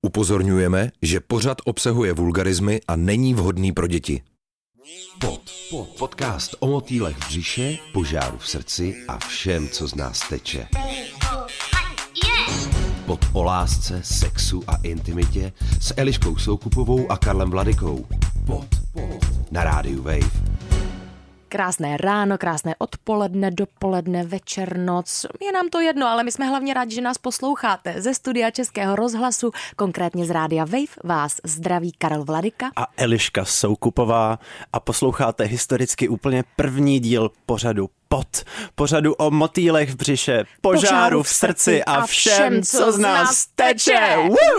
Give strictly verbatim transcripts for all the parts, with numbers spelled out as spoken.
Upozorňujeme, že pořad obsahuje vulgarizmy a není vhodný pro děti. Pod, pod, podcast o motýlech v břiše, požáru v srdci a všem, co z nás teče. Pod o lásce, sexu a intimitě s Eliškou Soukupovou a Karlem Vladykou. Pod, pod, na rádiu Wave. Krásné ráno, krásné odpoledne, dopoledne, večer, noc. Je nám to jedno, ale my jsme hlavně rádi, že nás posloucháte. Ze studia Českého rozhlasu, konkrétně z rádia Wave, vás zdraví Karel Vladyka a Eliška Soukupová a posloucháte historicky úplně první díl pořadu Pod. Pořadu o motýlech v břiše, požáru, požáru v srdci a všem, co z nás teče.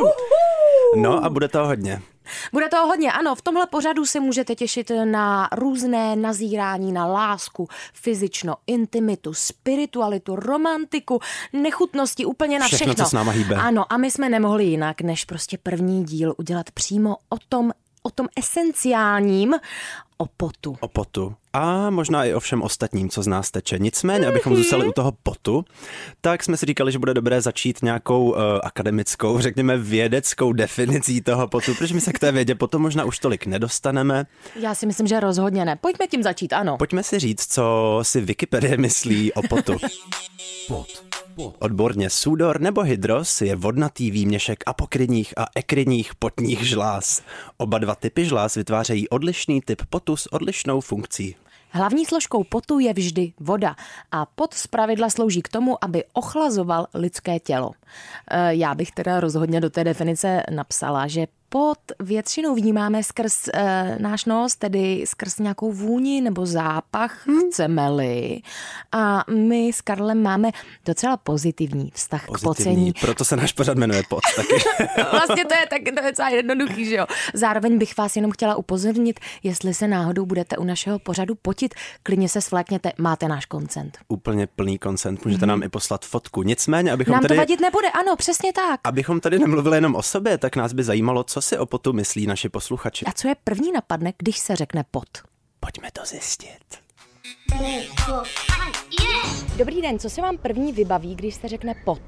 No a bude to hodně. Bude toho hodně, ano, v tomhle pořadu se můžete těšit na různé nazírání na lásku, fyzično, intimitu, spiritualitu, romantiku, nechutnosti, úplně na všechno. Všechno, co s náma hýbe. Ano, a my jsme nemohli jinak, než prostě první díl udělat přímo o tom, o tom esenciálním, o potu. O potu. A možná i o všem ostatním, co z nás teče. Nicméně, abychom zůstali u toho potu, tak jsme si říkali, že bude dobré začít nějakou uh, akademickou, řekněme vědeckou definicí toho potu, protože my se k té vědě potom možná už tolik nedostaneme. Já si myslím, že rozhodně ne. Pojďme tím začít, ano. Pojďme si říct, co si Wikipedie myslí o potu. Pot. Odborně sudor nebo hydros je vodnatý výměšek apokrinních a ekrinních potních žláz. Oba dva typy žláz vytvářejí odlišný typ potu s odlišnou funkcí. Hlavní složkou potu je vždy voda a pot zpravidla slouží k tomu, aby ochlazoval lidské tělo. Já bych teda rozhodně do té definice napsala, že pot většinou vnímáme skrz e, náš nos, tedy skrz nějakou vůni nebo zápach, hmm. chceme-li. A my s Karlem máme docela pozitivní vztah pozitivní, k pocení. Proto se náš pořad jmenuje Pot taky. Vlastně to je tak to je docela jednoduchý, že jo. Zároveň bych vás jenom chtěla upozornit, jestli se náhodou budete u našeho pořadu potit, klidně se svlékněte, máte náš koncent. Úplně plný koncent, můžete hmm. nám i poslat fotku. Nicméně, abychom nám tady... to vadit nebude, ano, přesně tak. Abychom tady nemluvili jenom o sobě, tak nás by zajímalo, co si o potu myslí naši posluchači. A co je první napadne, když se řekne pot? Pojďme to zjistit. Dobrý den, co se vám první vybaví, když se řekne pot?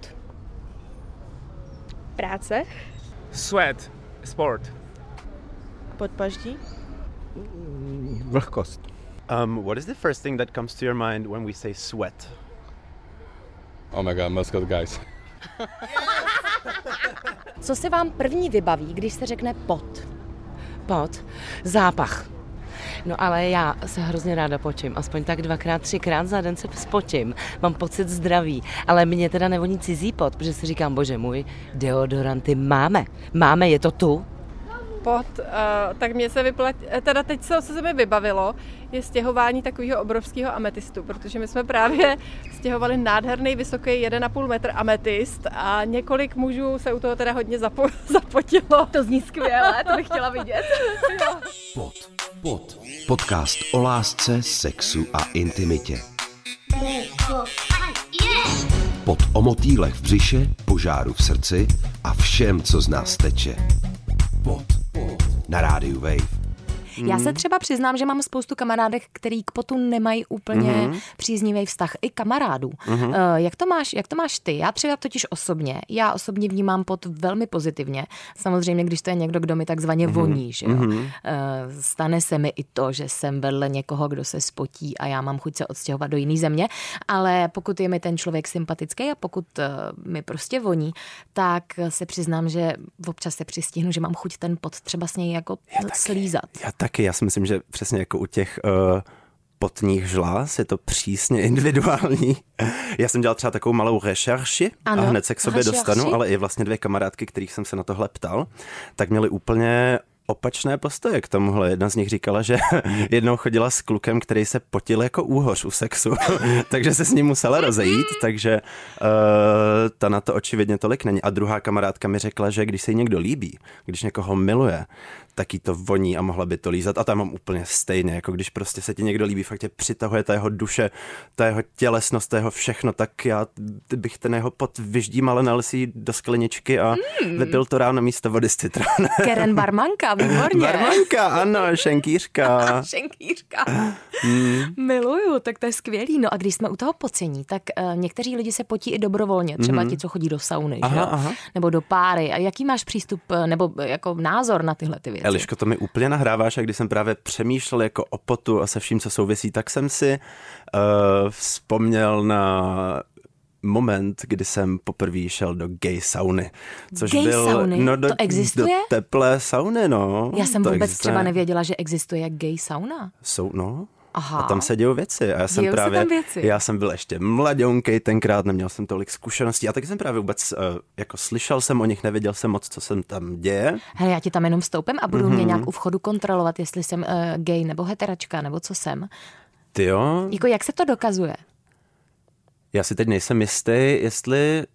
Práce. Sweat. Sport. Podpaždí. Vlhkost. Um, what is the first thing that comes to your mind when we say sweat? Oh my god, Muscat guys. Co se vám první vybaví, když se řekne pot? Pot? Zápach. No ale já se hrozně ráda počím, aspoň tak dvakrát, třikrát za den se spotím, mám pocit zdraví, ale mě teda nevoní cizí pot, protože si říkám, bože můj, deodoranty máme, máme, je to tu? Pot, uh, tak mě se vyplat, teda teď se, co se mi vybavilo, je stěhování takového obrovského ametistu, protože my jsme právě stěhovali nádherný vysoký jeden a půl metr ametist a několik mužů se u toho teda hodně zapo- zapotilo. To zní skvěle, to bych chtěla vidět. Pod, pod, podcast o lásce, sexu a intimitě. Pod o motýlech v břiše, požáru v srdci a všem, co z nás teče. Pod, pod, na rádiu Wave. Já se třeba přiznám, že mám spoustu kamarádek, který k potu nemají úplně mm-hmm. příznivý vztah, i kamarádů. Mm-hmm. Uh, jak to máš, jak to máš ty? Já třeba totiž osobně, já osobně vnímám pot velmi pozitivně. Samozřejmě, když to je někdo, kdo mi takzvaně mm-hmm. voní, že jo. Mm-hmm. Uh, stane se mi i to, že jsem vedle někoho, kdo se spotí a já mám chuť se odstěhovat do jiné země, ale pokud je mi ten člověk sympatický a pokud uh, mi prostě voní, tak se přiznám, že občas se přistihnu, že mám chuť ten pot třeba s něj jako já slízat. Já taky, já si myslím, že přesně jako u těch uh, potních žláz je to přísně individuální. Já jsem dělal třeba takovou malou rešerši a hned se k sobě rešerši? dostanu, ale i vlastně dvě kamarádky, kterých jsem se na tohle ptal, tak měly úplně opačné postoje k tomuhle. Jedna z nich říkala, že jednou chodila s klukem, který se potil jako úhoř u sexu, takže se s ním musela rozejít, takže uh, ta na to očividně tolik není. A druhá kamarádka mi řekla, že když se jí někdo líbí, když někoho miluje, tak jí to voní a mohla by to lízat. A tam mám úplně stejně, jako když prostě se ti někdo líbí, fakt tě přitahuje ta jeho duše, ta jeho tělesnost, ta jeho všechno, tak já bych ten jeho pot vyždímal, nalil si do skleničky a mm. vypil to ráno místo vody z citronem. Keren barmanka barmanka, výborně. Barmanka, ano, šenkýřka. Šenkýřka. Hmm. Miluju, tak to je skvělý. No a když jsme u toho pocení, tak uh, někteří lidi se potí i dobrovolně, třeba hmm. ti, co chodí do sauny, aha, že jo? Aha. Nebo do páry. A jaký máš přístup, nebo jako názor na tyhle ty věci? Eliško, to mi úplně nahráváš, a když jsem právě přemýšlel jako o potu a se vším, co souvisí, tak jsem si uh, vzpomněl na moment, kdy jsem poprvé šel do gay sauny. Což gay byl, sauny? No, do, to existuje? Do teplé sauny, no. Já jsem to vůbec existuje. třeba nevěděla, že existuje gay sauna. Jsou, no. Aha. A tam se dějou věci. A já jsem dějou právě, se tam věci. Já jsem byl ještě mladionkej tenkrát, neměl jsem tolik zkušeností. A taky jsem právě vůbec, uh, jako slyšel jsem o nich, nevěděl jsem moc, co jsem tam děje. Hele, já ti tam jenom vstoupím a budu mm-hmm. mě nějak u vchodu kontrolovat, jestli jsem uh, gay nebo heteračka, nebo co jsem. Ty jo? Jako jak se to dokazuje? Já si teď nejsem jistý, jestli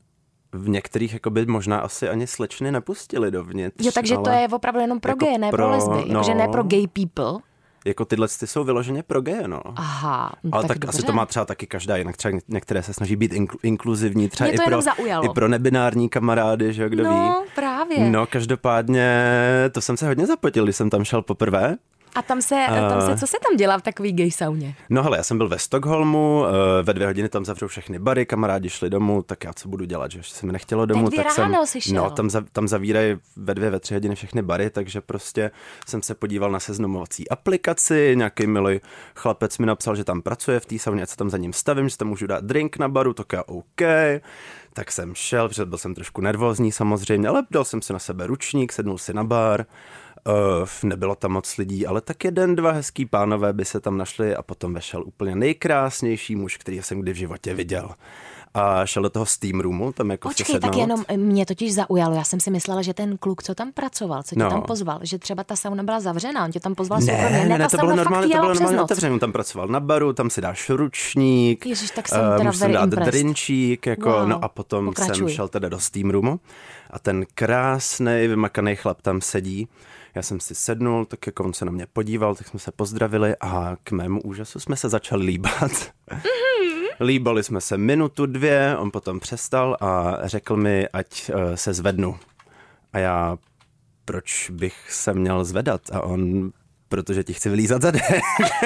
v některých jakoby možná asi ani slečny nepustili dovnitř. Jo, takže ale to je opravdu jenom pro jako geje, ne pro, pro lesby. No, jakože ne pro gay people. Jako tyhle ty jsou vyloženě pro geje, no. Aha, no ale tak, tak asi to má třeba taky každá, jinak třeba některé se snaží být inklu, inkluzivní, třeba i pro, i pro nebinární kamarády, že jo, kdo no, ví. No, právě. No, každopádně to jsem se hodně zapotil, když jsem tam šel poprvé. A tam se, tam se, co se tam dělá v takový gay sauně? No hele, já jsem byl ve Stockholmu, ve dvě hodiny tam zavřou všechny bary, kamarádi šli domů, tak já co budu dělat, že ještě se mi nechtělo domů. Tak ráno si šel. No, tam, za, tam zavírají ve dvě, ve tři hodiny všechny bary, takže prostě jsem se podíval na seznamovací aplikaci, nějaký milý chlapec mi napsal, že tam pracuje v té sauně, ať se tam za ním stavím, že tam můžu dát drink na baru, tak já OK. Tak jsem šel, protože byl jsem trošku nervózní samozřejmě, ale dal jsem si na sebe ručník, sednul si na bar. Uh, nebylo tam moc lidí, ale tak jeden, dva hezký pánové by se tam našli a potom vešel úplně nejkrásnější muž, který jsem kdy v životě viděl. A šel do toho Steam roomu, tam jako Počkej, tak jenom mě totiž zaujalo. Já jsem si myslela, že ten kluk, co tam pracoval, co tě no. tam pozval, že třeba ta sauna byla zavřená, on tě tam pozval soukromně. Ne, ne, ne, to bylo normálně, to bylo normálně otevřené. On tam pracoval na baru, tam si dáš ručník, Ježiš, tak jsem teda musím dát impressed. drinčík, jako, wow. no a potom Pokračuj. jsem šel teda do Steam roomu a ten krásnej, vymakaný chlap tam sedí. Já jsem si sednul, tak jako on se na mě podíval, tak jsme se pozdravili a k mému úžasu jsme se začali líbat. Mm-hmm. Líbali jsme se minutu, dvě, on potom přestal a řekl mi, ať uh, se zvednu. A já, proč bych se měl zvedat? A on, protože ti chci vylízat zadek.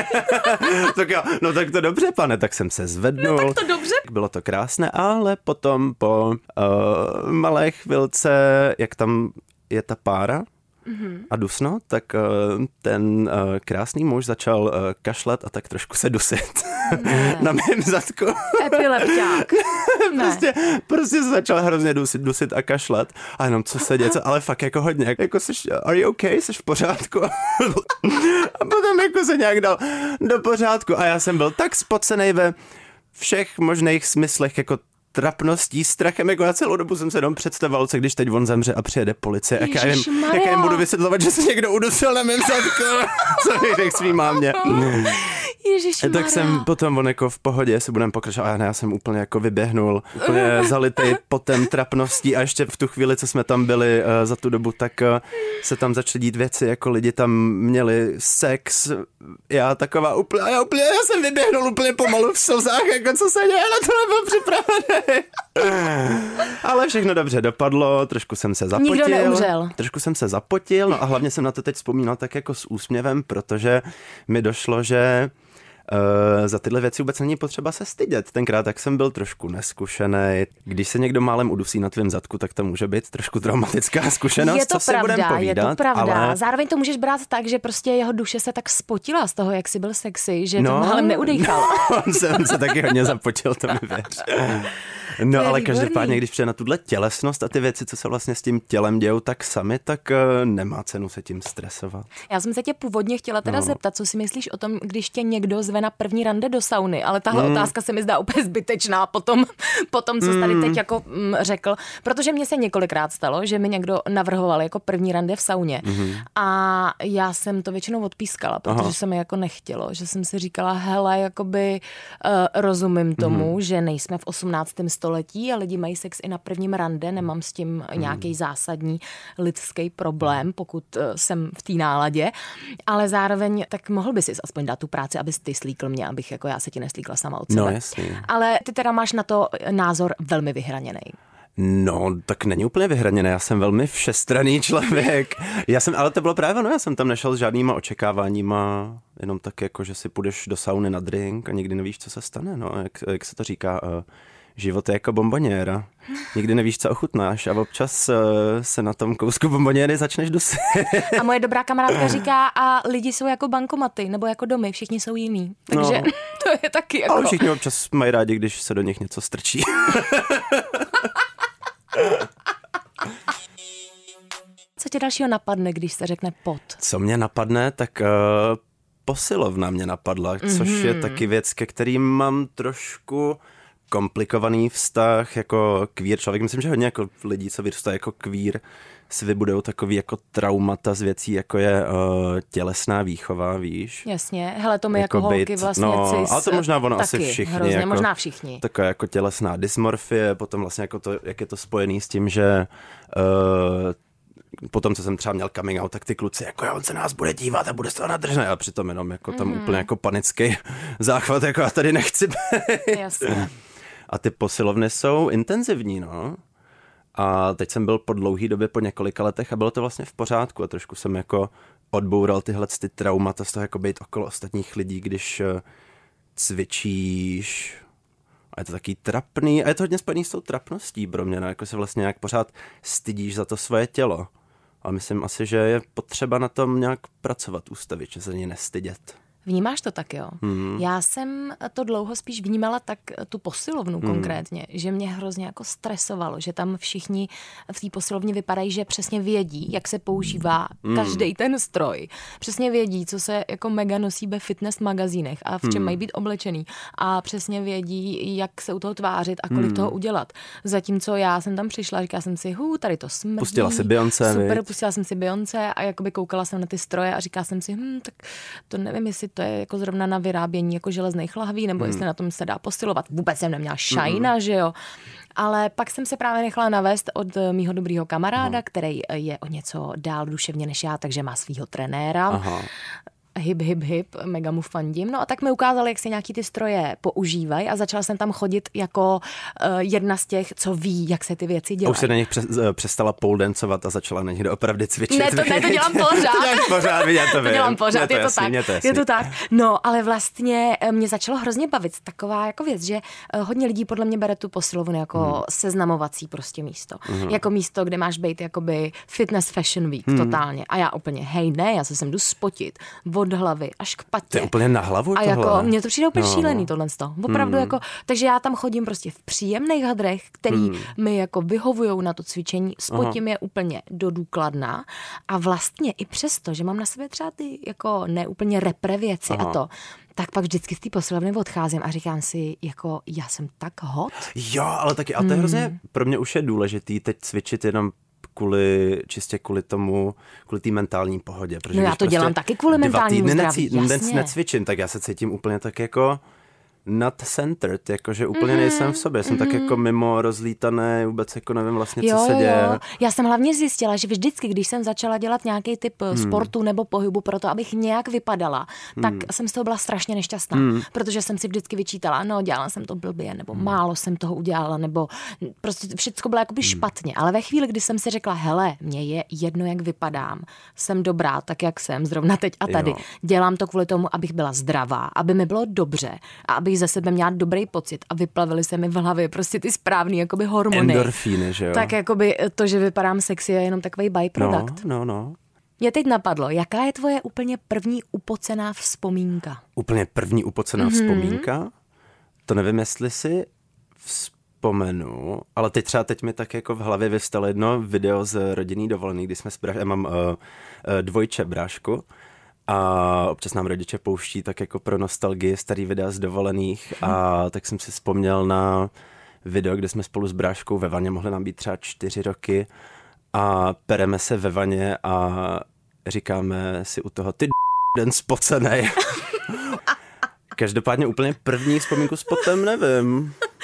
Tak jo, no tak to dobře, pane, tak jsem se zvednul. No tak to dobře. Bylo to krásné, ale potom po uh, malé chvilce, jak tam je ta pára, mm-hmm. a dusno, tak uh, ten uh, krásný muž začal uh, kašlat a tak trošku se dusit na mém zadku. Epilepťák. prostě, prostě se začal hrozně dusit, dusit a kašlat a jenom co se děje, co, ale fakt jako hodně, jako seš, are you okay, seš v pořádku? A potom jako se nějak dal do pořádku a já jsem byl tak spocenej ve všech možných smyslech, jako trapností, strachem, jako já celou dobu jsem se jenom představoval, co když teď on zemře a přijede policie, jak já, jim, jak já jim budu vysvětlovat, že se někdo udusil na mém zadku, co bych řekl svý mámě. Ježišmarja. Tak jsem potom on jako v pohodě, se budeme pokračovat, a já jsem úplně jako vyběhnul, úplně zalitej potem trapností a ještě v tu chvíli, co jsme tam byli uh, za tu dobu, tak uh, se tam začaly dít věci, jako lidi tam měli sex, já taková úplně, já úplně, já jsem vyběhnul úplně pomalu v slzách, jako co se děje, na to nebyl připravený. Ale všechno dobře dopadlo, trošku jsem se zapotil. Nikdo neumřel. Trošku jsem se zapotil, no a hlavně jsem na to teď vzpomínal tak jako s úsměvem, protože mi došlo, že Uh, za tyhle věci vůbec není potřeba se stydět. Tenkrát tak jsem byl trošku neskušený. Když se někdo málem udusí na tvém zadku, tak to může být trošku traumatická zkušenost, je to co pravda, si budem povídat. Je to pravda. Ale... Zároveň to můžeš brát tak, že prostě jeho duše se tak spotila z toho, jak jsi byl sexy, že no, to málem neudejchal. No, on, se, on se taky hodně zapotil, to mi věř. No ale výborný. Každopádně, když přijde na tuhle tělesnost a ty věci, co se vlastně s tím tělem dějou tak sami, tak uh, nemá cenu se tím stresovat. Já jsem se tě původně chtěla teda no. zeptat, co si myslíš o tom, když tě někdo zve na první rande do sauny, ale tahle mm. otázka se mi zdá úplně zbytečná potom, potom co jsi tady teď jako mm, řekl, protože mně se několikrát stalo, že mi někdo navrhoval jako první rande v sauně mm. a já jsem to většinou odpískala, protože Aha. se mi jako nechtělo, že jsem si říkala, hele, jakoby uh, rozumím tomu, mm. že nejsme v osmnáctém století a lidi mají sex i na prvním rande, nemám s tím mm. nějaký zásadní lidský problém, pokud uh, jsem v té náladě, ale zároveň tak mohl by si aspoň dát tu práci, abys ty slíkl mě, abych jako já se ti neslíkla sama od sebe. No jasně. Ale ty teda máš na to názor velmi vyhraněný. No, tak není úplně vyhraněné, já jsem velmi všestranný člověk. Já jsem, ale to bylo právě, no já jsem tam nešel s žádnýma očekáváníma, jenom tak jako, že si půjdeš do sauny na drink a nikdy nevíš, co se stane, no, jak, jak se to říká, uh, život je jako bomboněra. Nikdy nevíš, co ochutnáš a občas uh, se na tom kousku bomboněry začneš dusit. A moje dobrá kamarádka říká, a lidi jsou jako bankomaty, nebo jako domy, všichni jsou jiný. Takže no. To je taky jako... Ale všichni občas mají rádi, když se do nich něco strčí. Co tě dalšího napadne, když se řekne pot? Co mě napadne, tak uh, posilovna mě napadla, mm-hmm. což je taky věc, ke kterým mám trošku komplikovaný vztah jako queer člověk. Myslím, že hodně jako lidí, co vyrůstají jako queer, si vybudou takový jako traumata z věcí, jako je uh, tělesná výchova, víš? Jasně, hele, to my jako, jako holky vlastně no, cis, ale to možná ono taky, asi všichni. Hrozně, jako, možná všichni. Taková jako tělesná dysmorfie, potom vlastně jako to, jak je to spojený s tím, že uh, potom, co jsem třeba měl coming out, tak ty kluci, jako on se nás bude dívat a bude z toho nadržený, a přitom jenom jako tam mm. úplně jako panický záchvat, jako já tady nechci být. Jasně. A ty posilovny jsou intenzivní, no. A teď jsem byl po dlouhý době, po několika letech a bylo to vlastně v pořádku a trošku jsem jako odboural tyhle ty traumata z toho jako být okolo ostatních lidí, když cvičíš a je to taky trapný a je to hodně spojený s tou trapností pro mě, no, jako se vlastně nějak pořád stydíš za to svoje tělo. Ale myslím asi, že je potřeba na tom nějak pracovat, ustavit, že se ní nestydět. Vnímáš to tak, jo? Hmm. Já jsem to dlouho spíš vnímala tak tu posilovnu hmm. konkrétně, že mě hrozně jako stresovalo, že tam všichni v té posilovně vypadají, že přesně vědí, jak se používá hmm. každý ten stroj. Přesně vědí, co se jako mega nosí ve fitness magazínech a v čem hmm. mají být oblečený. A přesně vědí, jak se u toho tvářit a kolik hmm. toho udělat. Zatímco já jsem tam přišla, říkala jsem si, hu, tady to smrdí. Pustila si Beyoncé, super, viď? Pustila jsem si Beyoncé a jakoby koukala jsem na ty stroje a říkala jsem si, hm, tak to nevím, jestli to je jako zrovna na vyrábění jako železných lahví, nebo hmm. jestli na tom se dá posilovat. Vůbec jsem neměla šajna, hmm. že jo. Ale pak jsem se právě nechala navést od mýho dobrýho kamaráda, hmm. který je o něco dál duševně než já, takže má svýho trenéra. Aha. Hip, hip, hip, mega mu fandím. No a tak mi ukázali, jak se nějaký ty stroje používají a začala jsem tam chodit jako uh, jedna z těch, co ví, jak se ty věci dělají. Už se na nich přes, přestala poledancovat a začala na nich doopravdy cvičit. Ne, to, ne, to dělám pořád. to děláš pořád, já to, to dělám pořád, to je, to jasný, tak. To je to tak. No, ale vlastně mě začalo hrozně bavit taková jako věc, že hodně lidí podle mě bere tu posilovnu jako hmm. seznamovací prostě místo. Hmm. Jako místo, kde máš být jakoby fitness fashion week hmm. totálně. A já úplně, hej, ne, já se sem jdu spotit od hlavy až k patě. To je úplně na hlavu a tohle. Jako, mně to přijde úplně no. šílený tohle z toho. Opravdu hmm. jako, takže já tam chodím prostě v příjemných hadrech, který hmm. mi jako vyhovujou na to cvičení, spotím Aha. je úplně do důkladna a vlastně i přesto, že mám na sebe třeba ty jako neúplně repre věci Aha. a to, tak pak vždycky z té posilovny odcházím a říkám si, jako já jsem tak hot. Jo, ale taky, a to je hrozně, hmm. pro mě už je důležitý teď cvičit jenom kvůli, čistě kvůli tomu, kvůli té mentální pohodě. No já to prostě dělám taky kvůli mentálnímu zdraví, jasně. necvičím, tak já se cítím úplně tak jako not centered, jakože úplně mm-hmm. nejsem v sobě, jsem mm-hmm. tak jako mimo rozlítané, vůbec jako nevím vlastně, jo, co se děje. Jo. Já jsem hlavně zjistila, že vždycky, když jsem začala dělat nějaký typ hmm. sportu nebo pohybu pro to, abych nějak vypadala, tak hmm. jsem z toho byla strašně nešťastná, hmm. protože jsem si vždycky vyčítala, no dělala jsem to blbě, nebo hmm. málo jsem toho udělala, nebo prostě všechno bylo jakoby hmm. špatně, ale ve chvíli, kdy jsem si řekla, hele, mně je jedno, jak vypadám, jsem dobrá, tak jak jsem, zrovna teď a tady, jo. dělám to kvůli tomu, abych byla zdravá, aby mi bylo dobře a aby ze sebe měla dobrý pocit a vyplavily se mi v hlavě prostě ty správný jakoby hormony. Endorfíny, že jo? Tak jakoby to, že vypadám sexy, je jenom takový byproduct. No, no, no. Mě teď napadlo, jaká je tvoje úplně první upocená vzpomínka? Úplně první upocená mm-hmm. vzpomínka? To nevím, jestli si vzpomenu, ale teď třeba teď mi tak jako v hlavě vyvstalo jedno video z rodinný dovolený, kdy jsme s bráškou, já mám uh, uh, dvojče brášku, a občas nám rodiče pouští tak jako pro nostalgii starý videa z dovolených a tak jsem si vzpomněl na video, kde jsme spolu s bráškou ve vaně, mohli nám být třeba čtyři roky a pereme se ve vaně a říkáme si u toho ty den spocenej. Každopádně úplně první vzpomínku s potem nevím.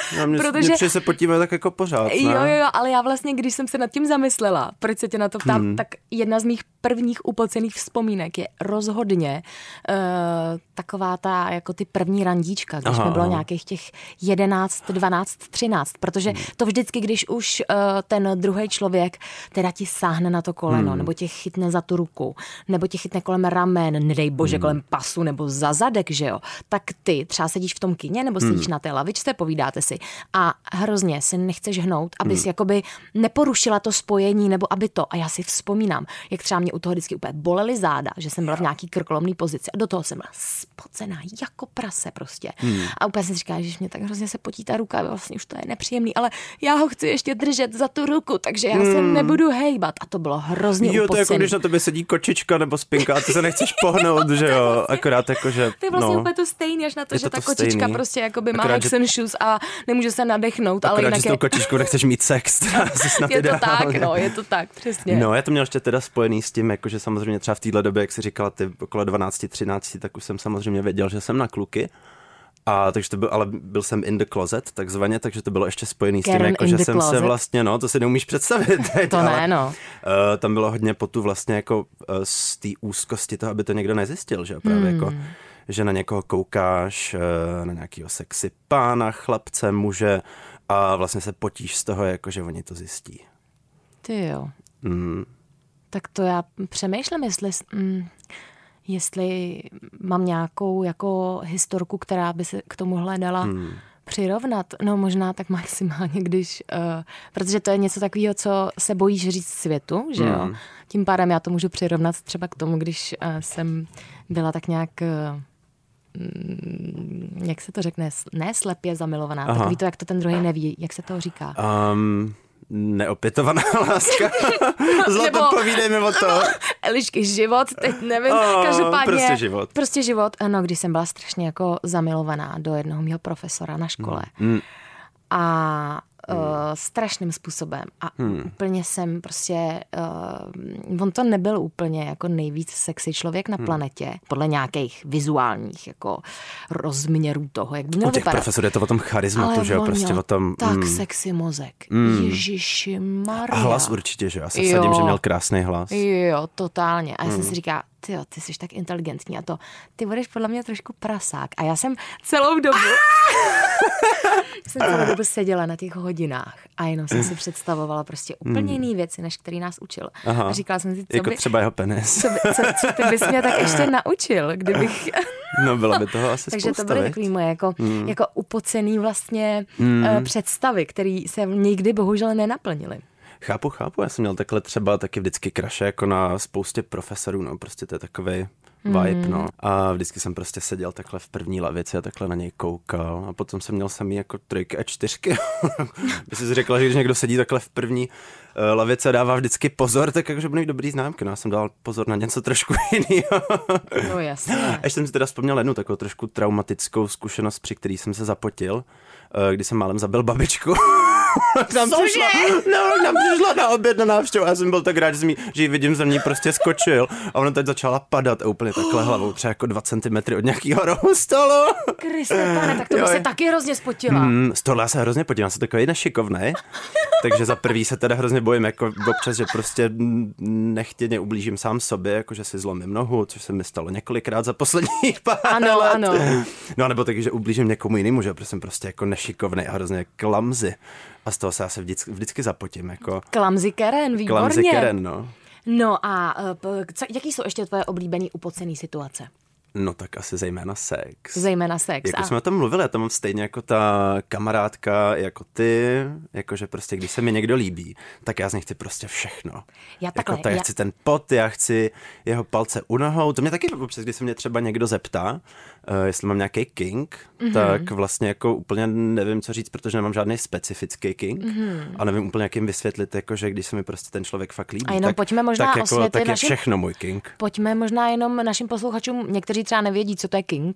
No, mě, protože... mě se potíme tak jako pořád, ne? Jo, jo, jo, ale já vlastně, když jsem se nad tím zamyslela, proč se tě na to ptám, hmm. tak jedna z mých prvních upocených vzpomínek je rozhodně uh, taková ta, jako ty první randíčka, když mi bylo nějakých těch jedenáct, dvanáct, třináct, protože hmm. to vždycky, když už uh, ten druhý člověk teda ti sáhne na to koleno, hmm. nebo tě chytne za tu ruku, nebo tě chytne kolem ramen, nedej bože, hmm. kolem pasu, nebo za zadek, že jo, tak ty třeba sedíš v tom kině, nebo sedíš hmm. na té lavičce, povídáte si a hrozně si nechceš hnout, abys hmm. jakoby neporušila to spojení, nebo aby to, a já si vzpomínám, jak třeba mě u toho vždycky úplně bolely záda, že jsem byla v nějaký krkolomný pozici a do toho jsem byla spocená jako prase prostě. Hmm. A úplně jsem si říkala, že mě tak hrozně se potí ta ruka, vlastně už to je nepříjemný, ale já ho chci ještě držet za tu ruku, takže já hmm. se nebudu hejbat. A to bylo hrozně jo, upocený. Jo, to je jako když na tobě sedí kočička nebo spinka a ty se nechceš pohnout, že jo, akorát jako, že... To je vlastně no, úplně to stejný, až na to, že to ta to kočička stejný. prostě jakoby má Akorát, Hexen shoes a nemůže se nadechnout, akorát, ale jinak že s tou kočičkou nechceš mít sex. Je to tak, no, je to tak, přesně. No, já to měl ještě teda spojený s tím, jakože samozřejmě třeba v téhle době, jak jsi říkala, ty okolo dvanáct třináct, tak už jsem samozřejmě věděl, že jsem na kluky. A takže to byl, ale byl jsem in the closet, takzvaně, takže to bylo ještě spojený Karen s tím, jako, že jsem closet. se vlastně, no, to si neumíš představit. Teď, to ale, ne, no. Uh, tam bylo hodně potu vlastně jako uh, z té úzkosti toho, aby to někdo nezjistil, že právě hmm. jako, že na někoho koukáš, uh, na nějakýho sexy pána, chlapce, muže a vlastně se potíš z toho, jako, že oni to zjistí. Ty jo. Mm. Tak to já přemýšlím, jestli... Mm, jestli mám nějakou jako historku, která by se k tomuhle dala hmm. přirovnat. No možná tak maximálně, když... Uh, protože to je něco takového, co se bojíš říct světu, že jo? Hmm. Tím pádem já to můžu přirovnat třeba k tomu, když uh, jsem byla tak nějak... Uh, jak se to řekne? Ne slepě zamilovaná. Aha. Takový to, jak to ten druhý neví. Jak se to říká? Um... Neopětovaná láska. Zlato, nebo... povídej mi o to. Elišky, život, teď nevím. Oh, Každopádně. Prostě život. Prostě život. No, když jsem byla strašně jako zamilovaná do jednoho mého profesora na škole. Mm. A uh, strašným způsobem. A hmm. úplně jsem prostě... Uh, on to nebyl úplně jako nejvíc sexy člověk na planetě. Hmm. Podle nějakých vizuálních jako rozměrů toho, jak by měl u těch vypadat. Profesorů je to o tom charizmatu, že jo? Prostě o tom... tak mm. sexy mozek. Mm. Ježišimarja. A hlas určitě, že? Já se vsadím, že měl krásný hlas. Jo, totálně. A já mm. jsem si říkala, tyjo, ty jsi tak inteligentní a to, ty budeš podle mě trošku prasák. A já jsem celou dobu... jsem celou dobu seděla na těch hodinách a jenom jsem si představovala prostě úplně jiný věci, než který nás učil. Aha. A říkala jsem si, co jako by... třeba jeho penis. Co, by, co, co ty bys mě tak ještě naučil, kdybych... No bylo by toho asi Takže spousta, to byly viď? takový moje jako, hmm. jako upocený vlastně hmm. uh, představy, které se nikdy bohužel nenaplnily. Chápu, chápu. Já jsem měl takhle třeba taky vždycky cruše jako na spoustě profesorů, no prostě to je takovej vibe, mm. no. A vždycky jsem prostě seděl takhle v první lavici a takhle na něj koukal a potom jsem měl samý jako trojky a čtyřky. By si řekla, že když někdo sedí takhle v první uh, lavici a dává vždycky pozor, tak jakože bude mít dobrý známky. No já jsem dal pozor na něco trošku jiného. No jasně. Až jsem si teda vzpomněl jednu takovou trošku traumatickou zkušenost, při který jsem se zapotil, uh, když jsem málem zabil babičku. Nám přišla, no, nám přišla na oběd na návštěvu a já jsem byl tak rád, že, jí, že jí vidím, že ní prostě skočil a ona teď začala padat a úplně takhle hlavou, třeba jako dva centimetry od nějakého rohu stolu. Kriste, pane, tak to by se taky hrozně spotila. Mm, z tohle já se hrozně potím, já jsem takový nešikovnej, takže za prvý se teda hrozně bojím, jako občas, že prostě nechtěně ublížím sám sobě, jako že si zlomím nohu, což se mi stalo několikrát za posledních pár ano, let. Ano, ano. No nebo taky, že ublížím někomu jinému, že jsem prostě jako nešikovnej a hrozně klamzy. A z toho se já se vždycky, vždycky zapotím. Jako... Klamzy Karen, výborně. Klamzy Karen, no. No a co, jaký jsou ještě tvoje oblíbený upocený situace? No tak asi zejména sex. Zejména sex. Jako a... jsme o tom mluvili, já to mám stejně jako ta kamarádka, jako ty, jakože prostě když se mi někdo líbí, tak já z něj chci prostě všechno. Já takhle, jako to, já, já chci ten pot, já chci jeho palce u nohou, to mě taky občas, když se mě třeba někdo zeptá, uh, jestli mám nějaký kink, mm-hmm. tak vlastně jako úplně nevím, co říct, protože nemám žádný specifický kink mm-hmm. a nevím úplně, jak jim vysvětlit, jakože když se mi prostě ten člověk fakt líbí, a jenom tak, pojďme možná tak, jako, tak je našim... všechno můj kink. Pojďme možná jenom našim posluchačům, někteří třeba nevědí, co to je kink.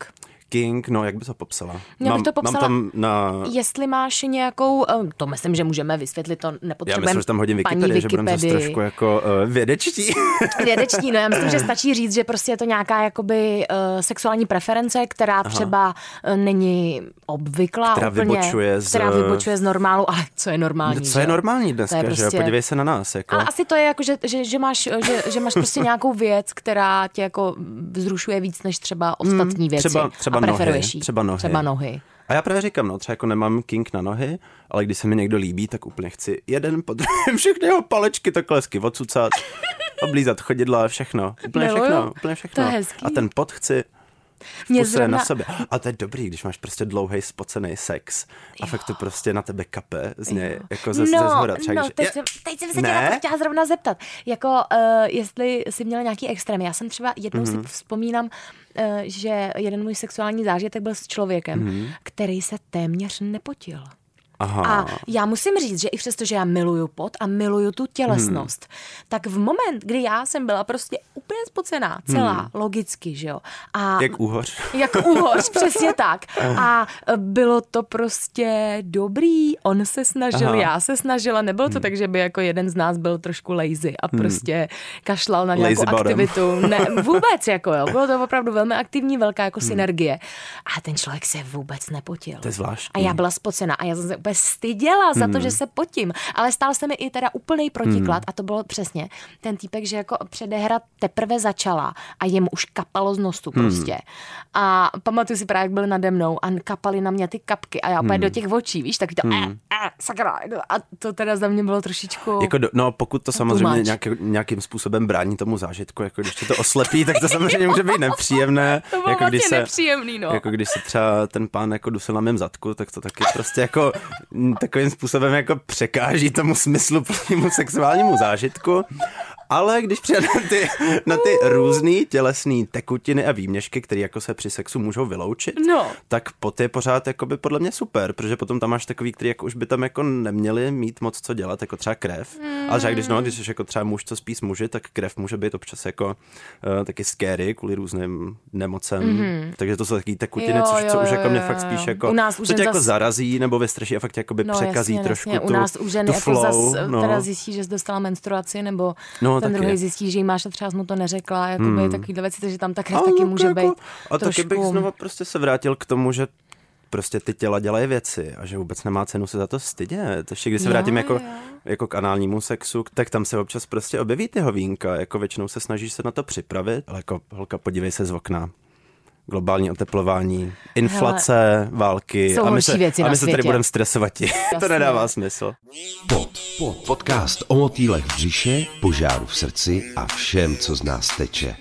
King, no jak bys to popsala? Já mám, to popsala, mám tam na... Jestli máš nějakou, to myslím, že můžeme vysvětlit, to nepotřebujeme. Já myslím, že tam hodím Wikipedii, že budeme zase trošku jako uh, vědečtí. Vědečtí, no já myslím, že stačí říct, že prostě je to nějaká jakoby uh, sexuální preference, která Aha. třeba uh, není obvyklá která úplně. Vybočuje z... Která vybočuje z normálu, ale co je normální? Co je normální dneska, prostě... že podívej se na nás. Jako. Ale asi to je jako, že, že, že, máš, že, že máš prostě nějakou věc, která tě jako vzrušuje víc než třeba ostatní věci. Třeba, třeba a preferuješ nohy. Třeba nohy. Třeba nohy. A já právě říkám, no třeba jako nemám kink na nohy, ale když se mi někdo líbí, tak úplně chci jeden po druhém všechny jeho palečky takhle hezky odsucat, oblízat chodidla, všechno. Úplně Miluju. všechno, úplně všechno. To je hezký. A ten pot chci vkusuje zrovna... na sobě. A to je dobrý, když máš prostě dlouhej spocený sex a jo. fakt to prostě na tebe kape z něj, jako ze, no, ze zhora. Třeba, no, když... teď, jsem, teď jsem se tě na to chtěla zrovna zeptat. Jako, uh, jestli jsi měla nějaký extrém. Já jsem třeba jednou mm-hmm. si vzpomínám, uh, že jeden můj sexuální zážitek byl s člověkem, mm-hmm. který se téměř nepotil. Aha. A já musím říct, že i přesto, že já miluju pot a miluju tu tělesnost, hmm. tak v moment, kdy já jsem byla prostě úplně spocená, celá, hmm. logicky, že jo. A jak úhoř. Jak úhoř, přesně tak. A bylo to prostě dobrý, on se snažil, Aha. já se snažila, nebylo to hmm. tak, že by jako jeden z nás byl trošku lazy a prostě hmm. kašlal na nějakou lazy aktivitu. Ne, vůbec, jako jo. Bylo to opravdu velmi aktivní, velká jako hmm. synergie. A ten člověk se vůbec nepotil. To je zvláštní. A já byla spocená a já jsem se úplně styděla za to, hmm. že se potím. Ale stál se mi i teda úplnej protiklad hmm. a to bylo přesně ten týpek, že jako předehra teprve začala a jemu už kapalo z nosu prostě. Hmm. A pamatuju si právě, jak byli nade mnou a kapaly na mě ty kapky a já úplně hmm. do těch očí, víš, tak to hmm. eh, eh, sakra. A to teda za mě bylo trošičku... Jako do, no pokud to samozřejmě nějaký, nějakým způsobem brání tomu zážitku, jako když tě to oslepí, tak to samozřejmě může být nepříjemné. To bylo jako vlastně když se, nepříjemný, no. Jako když se třeba ten pán jako dusil na mém zadku, tak to taky prostě jako takovým způsobem jako překáží tomu smyslu plnému sexuálnímu zážitku. Ale když přijde na ty, na ty různý tělesný tekutiny a výměšky, které jako se při sexu můžou vyloučit, no. tak pot je pořád jako by podle mě super, protože potom tam máš takový, který jako už by tam jako neměli mít moc co dělat, jako třeba krev. Mm. Ale třeba když, no, když jsi jako třeba muž, co spí s muži, tak krev může být občas jako uh, taky scary kvůli různým nemocem. Mm-hmm. Takže to jsou taky tekutiny, jo, což jo, co jo, už jako mě jo, fakt jo. spíš jako, u nás co tě jako zas... zarazí nebo vystraší a fakt jako by no, překazí jasně, trošku jasně. tu, u nás u ženy tu jako flow. Zas, no. teda zjistí, že jsi dostala menstruaci, nebo no, ten druhý zjistí, že jí máš a třeba jsi mu to neřekla, jakoby hmm. takovýhle věci, takže tam ta krev taky jako, může být A trošku... taky bych znova prostě se vrátil k tomu, že prostě ty těla dělají věci a že vůbec nemá cenu se za to stydět. Ještě když se vrátím jo, jako, jako k análnímu sexu, tak tam se občas prostě objeví ty hovínka, jako většinou se snažíš se na to připravit, ale jako holka, podívej se z okna. Globální oteplování, inflace, Hele, války a my se, a my se tady budeme stresovat. To nedává smysl. Pod, pod, podcast o motýlech v břiše, požáru v srdci a všem, co z nás teče.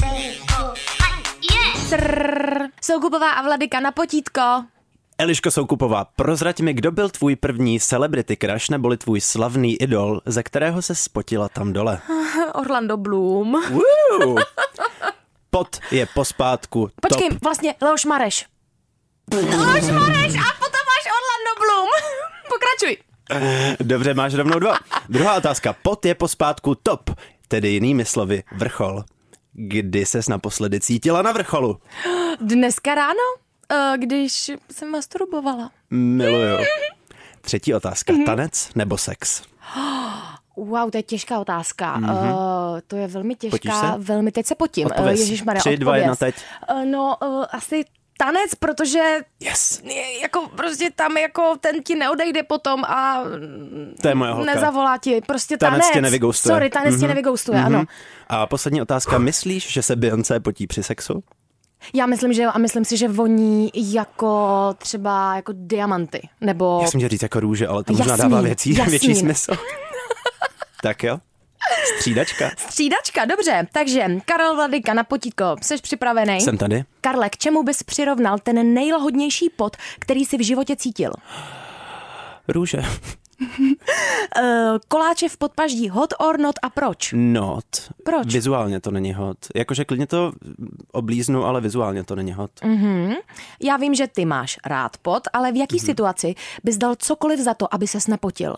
Trrr, Soukupová a Vladyka na potítko. Eliško Soukupová, prozrať mi, kdo byl tvůj první celebrity crush neboli tvůj slavný idol, ze kterého se spotila tam dole? Orlando Bloom. Pot je pospátku. Počkej, top. vlastně Leoš Mareš. Leoš Mareš a potom máš Orlando Bloom. Pokračuj. Dobře, máš rovnou dva. Druhá otázka. Pot je pospátku top, tedy jinými slovy vrchol. Kdy ses naposledy cítila na vrcholu? Dneska ráno, když jsem masturbovala. Miluju. Třetí otázka. Tanec nebo sex? Wow, to je těžká otázka. Mm-hmm. Uh, to je velmi těžká. Velmi, teď se potím. Uh, Ježišmarja, Tři, dva, jedna, teď. Uh, no, uh, asi tanec, protože yes. jako prostě tam jako ten ti neodejde potom a to je moje holka. Nezavolá ti. Prostě tanec. Tanec tě nevygoustuje. Sorry, tanec mm-hmm. tě nevygoustuje, mm-hmm. ano. A poslední otázka. Myslíš, že se Beyoncé potí při sexu? Já myslím, že jo, a myslím si, že voní jako třeba jako diamanty, nebo... Já jsem chtěl říct jako růže, ale to jasný, možná dává věcí, jasný. větší smysl. Tak jo. Střídačka. Střídačka, dobře. Takže Karel Vladyka na potítko. Jsi připravený? Jsem tady. Karle, k čemu bys přirovnal ten nejlahodnější pot, který jsi v životě cítil? Růže. uh, koláče v podpaždí, hot or not a proč? Not. Proč? Vizuálně to není hot. Jakože klidně to oblíznu, ale vizuálně to není hot. Mm-hmm. Já vím, že ty máš rád pot, ale v jaký mm-hmm. situaci bys dal cokoliv za to, aby ses nepotil?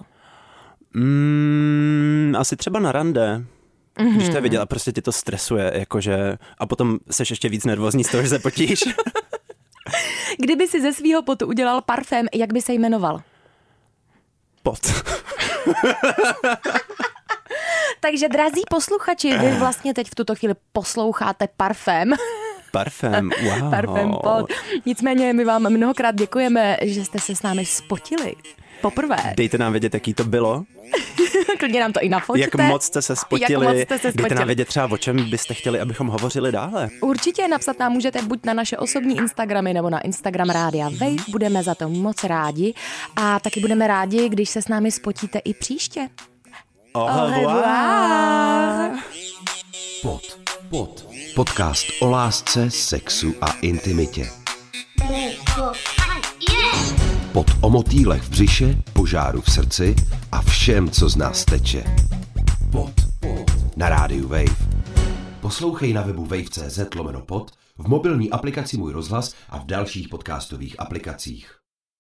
Mm, asi třeba na rande. Mm-hmm. Když to je vidět a prostě ti to stresuje, jakože a potom seš ještě víc nervózní z toho, že se potíš. Kdyby si ze svýho potu udělal parfém, jak by se jmenoval? Pot. Takže, drazí posluchači, vy vlastně teď v tuto chvíli posloucháte Parfém. Parfém, wow. Parfém pot. Nicméně my vám mnohokrát děkujeme, že jste se s námi spotili. Poprvé. Dejte nám vědět, jaký to bylo. Klidně nám to i nafoťte. Jak moc jste se spotili. Jak moc jste se spotili. Dejte nám vědět třeba, o čem byste chtěli, abychom hovořili dále. Určitě napsat nám můžete buď na naše osobní Instagramy nebo na Instagram Rádia Wave. Budeme za to moc rádi. A taky budeme rádi, když se s námi spotíte i příště. Au revoir. Pod, pod. Podcast o lásce, sexu a intimitě. Pod o motýlech v břiše, požáru v srdci a všem, co z nás teče. Pod, pod. Na rádiu Wave. Poslouchej na webu wave tečka cz lomeno pod, v mobilní aplikaci Můj rozhlas a v dalších podcastových aplikacích.